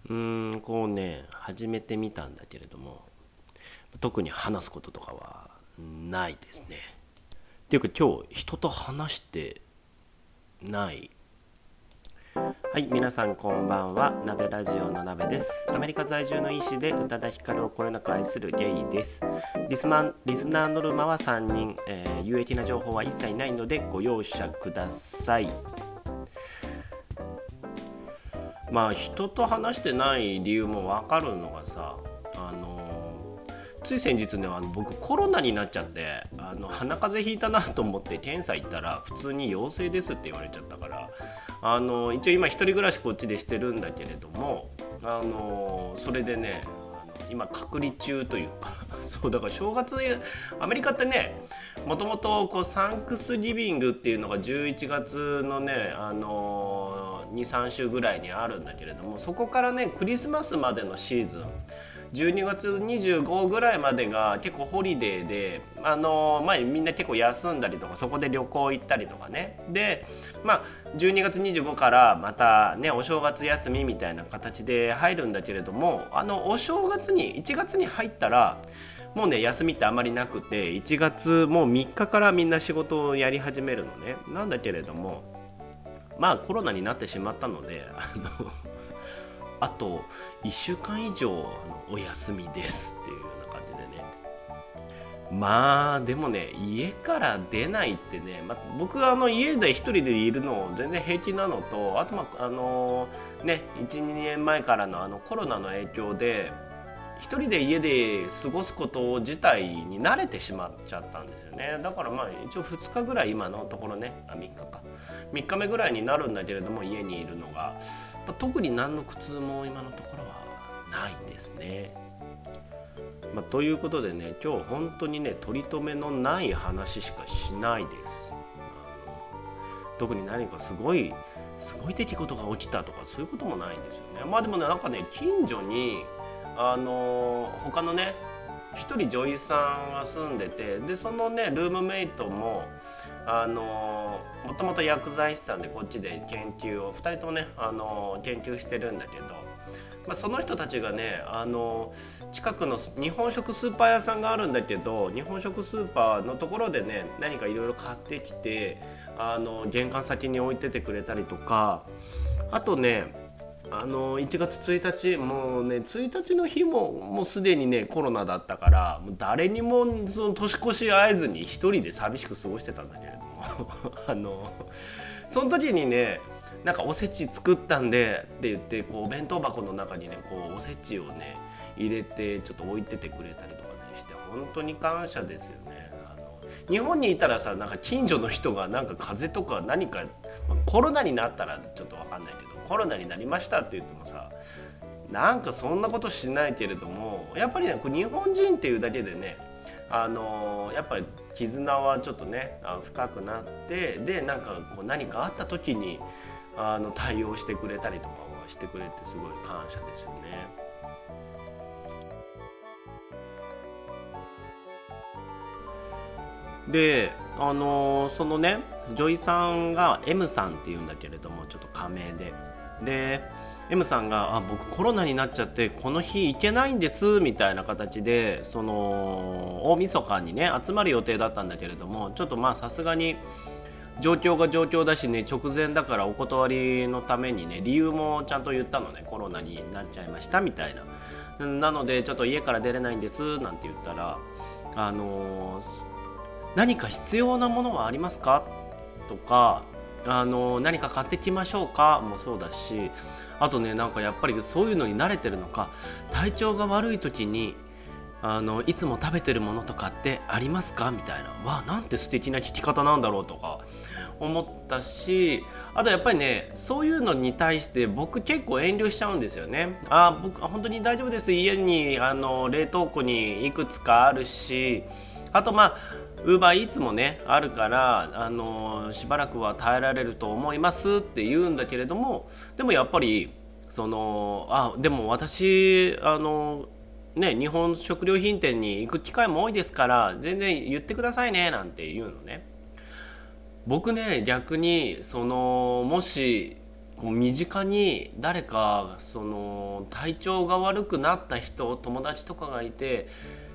こうね始めてみたんだけれども、特に話すこととかはないですね。っていうか今日人と話してない。はい、皆さんこんばんは。鍋ラジオの鍋です。アメリカ在住の医師で宇多田ヒカルをこよなく愛するゲイです。リスナーノルマは3人、有益な情報は一切ないのでご容赦ください。まあ人と話してない理由も分かるのがさ、つい先日ね、僕コロナになっちゃって、鼻風邪ひいたなと思って検査行ったら普通に陽性ですって言われちゃったから、一応今一人暮らしこっちでしてるんだけれども、それでね今隔離中というかそうだから正月アメリカってね、もともとこうサンクスギビングっていうのが11月のね、2、3週ぐらいにあるんだけれども、そこからねクリスマスまでのシーズン12月25ぐらいまでが結構ホリデーで、みんな結構休んだりとか、そこで旅行行ったりとかね。で12月25からまたねお正月休みみたいな形で入るんだけれども、お正月に1月に入ったらもうね休みってあまりなくて、1月もう3日からみんな仕事をやり始めるのね。なんだけれどもコロナになってしまったのであと1週間以上お休みですっていうような感じでね。でもね家から出ないってね、僕は家で一人でいるの全然平気なのと、あと1、2年前からのコロナの影響で一人で家で過ごすこと自体に慣れてしまっちゃったんですよね。だから一応2日ぐらい今のところね、3日か3日目ぐらいになるんだけれども、家にいるのが特に何の苦痛も今のところはないんですね。ということでね、今日本当にね取り留めのない話しかしないです。特に何かすごい出来事が起きたとかそういうこともないんですよね。でもね近所に他のね一人女医さんが住んでて、でそのねルームメイトももともと薬剤師さんでこっちで研究を2人ともね研究してるんだけど、その人たちがね近くの日本食スーパー屋さんがあるんだけど、日本食スーパーのところでね何かいろいろ買ってきて玄関先に置いててくれたりとか、あとね1月1日もうね1日の日もうすでにねコロナだったから、もう誰にもその年越し会えずに一人で寂しく過ごしてたんだけれどもその時にねなんかおせち作ったんでって言って、こうお弁当箱の中にねこうおせちをね入れてちょっと置いててくれたりとかねして、本当に感謝ですよね。日本にいたらさ、なんか近所の人がなんか風邪とか何か、コロナになったらちょっと分かんないけど、コロナになりましたって言ってもさ、なんかそんなことしないけれども、やっぱりね日本人っていうだけでねやっぱり絆はちょっとね深くなって、でなんかこう何かあった時に対応してくれたりとかしてくれてすごい感謝ですよね。でそのね女医さんが M さんっていうんだけれども、ちょっと仮名で M さんが僕コロナになっちゃってこの日行けないんですみたいな形で、その大晦日にね集まる予定だったんだけれども、ちょっとさすがに状況が状況だしね、直前だからお断りのためにね理由もちゃんと言ったのね。コロナになっちゃいましたみたいな、なのでちょっと家から出れないんですなんて言ったら、何か必要なものはありますかとか、何か買ってきましょうかもそうだし、あとねなんかやっぱりそういうのに慣れてるのか、体調が悪い時にいつも食べてるものとかってありますかみたいな、なんて素敵な聞き方なんだろうとか思ったし、あとやっぱりねそういうのに対して僕結構遠慮しちゃうんですよね。僕本当に大丈夫です、家に冷凍庫にいくつかあるし、あとウーバーイーツもねあるから、しばらくは耐えられると思いますって言うんだけれども、でもやっぱりでも私日本食料品店に行く機会も多いですから全然言ってくださいねなんて言うのね。僕ね逆にもしこう身近に誰か体調が悪くなった人、友達とかがいて、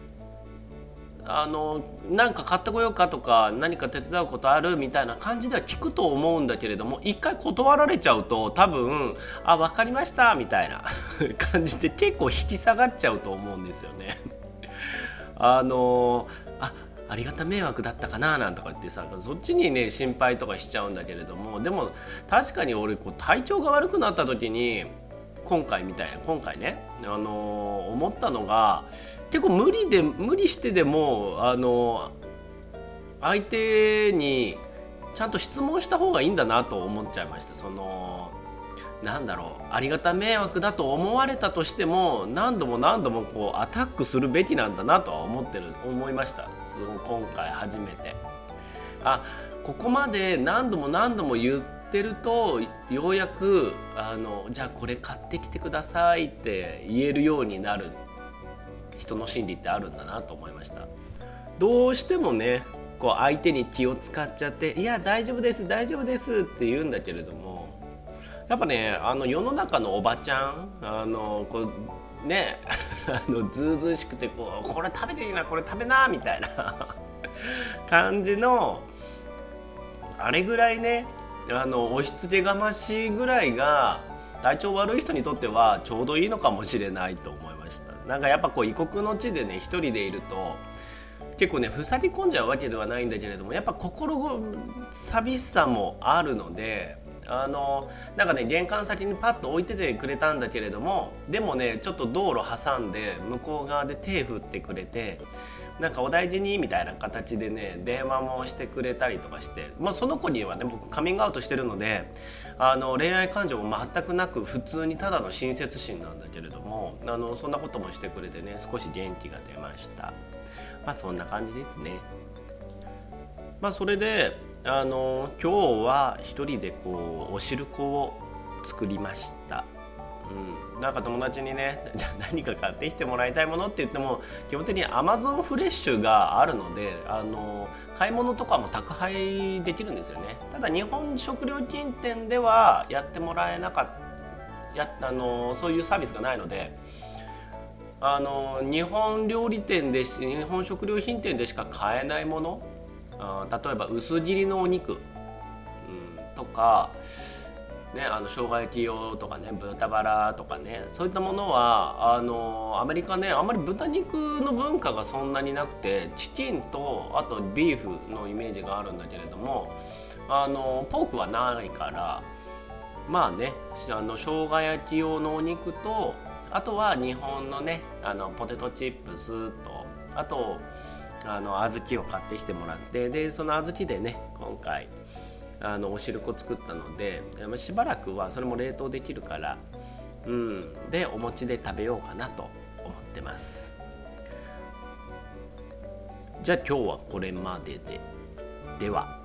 なんか買ってこようかとか何か手伝うことあるみたいな感じでは聞くと思うんだけれども、一回断られちゃうと多分分かりましたみたいな感じで結構引き下がっちゃうと思うんですよね。ありがた迷惑だったかななんとか言ってさ、そっちにね心配とかしちゃうんだけれども、でも確かに俺体調が悪くなった時に今回ね、思ったのが、結構無理してでも相手にちゃんと質問した方がいいんだなと思っちゃいました。ありがた迷惑だと思われたとしても何度もこうアタックするべきなんだなとは思いました。今回初めてここまで何度も言ってるとようやくじゃあこれ買ってきてくださいって言えるようになる人の心理ってあるんだなと思いました。どうしてもねこう相手に気を使っちゃって、いや大丈夫ですって言うんだけれども、やっぱね世の中のおばちゃんこうねずうずうしくてこれ食べていいなこれ食べなみたいな感じのあれぐらいね押し付けがましいぐらいが体調悪い人にとってはちょうどいいのかもしれないと思いました。なんかやっぱ異国の地でね一人でいると結構ね塞ぎ込んじゃうわけではないんだけれども、やっぱ心寂しさもあるのでなんかね玄関先にパッと置いててくれたんだけれども、でもねちょっと道路挟んで向こう側で手振ってくれて、なんかお大事にみたいな形でね電話もしてくれたりとかして、その子にはね僕カミングアウトしてるので恋愛感情も全くなく普通にただの親切心なんだけれども、そんなこともしてくれてね少し元気が出ました。そんな感じですね。それで今日は一人でお汁粉を作りました。なんか友達にねじゃあ何か買ってきてもらいたいものって言っても基本的に Amazon フレッシュがあるので買い物とかも宅配できるんですよね。ただ日本食料品店ではやってもらえなかったそういうサービスがないので日本食料品店でしか買えないもの、例えば薄切りのお肉、とかね、生姜焼き用とかね豚バラとかね、そういったものはアメリカねあんまり豚肉の文化がそんなになくて、チキンとあとビーフのイメージがあるんだけれどもポークはないから、生姜焼き用のお肉とあとは日本のねポテトチップスとあと小豆を買ってきてもらって、でその小豆でね今回お汁粉作ったのでしばらくはそれも冷凍できるから、でお餅で食べようかなと思ってます。じゃあ今日はこれまでで。では。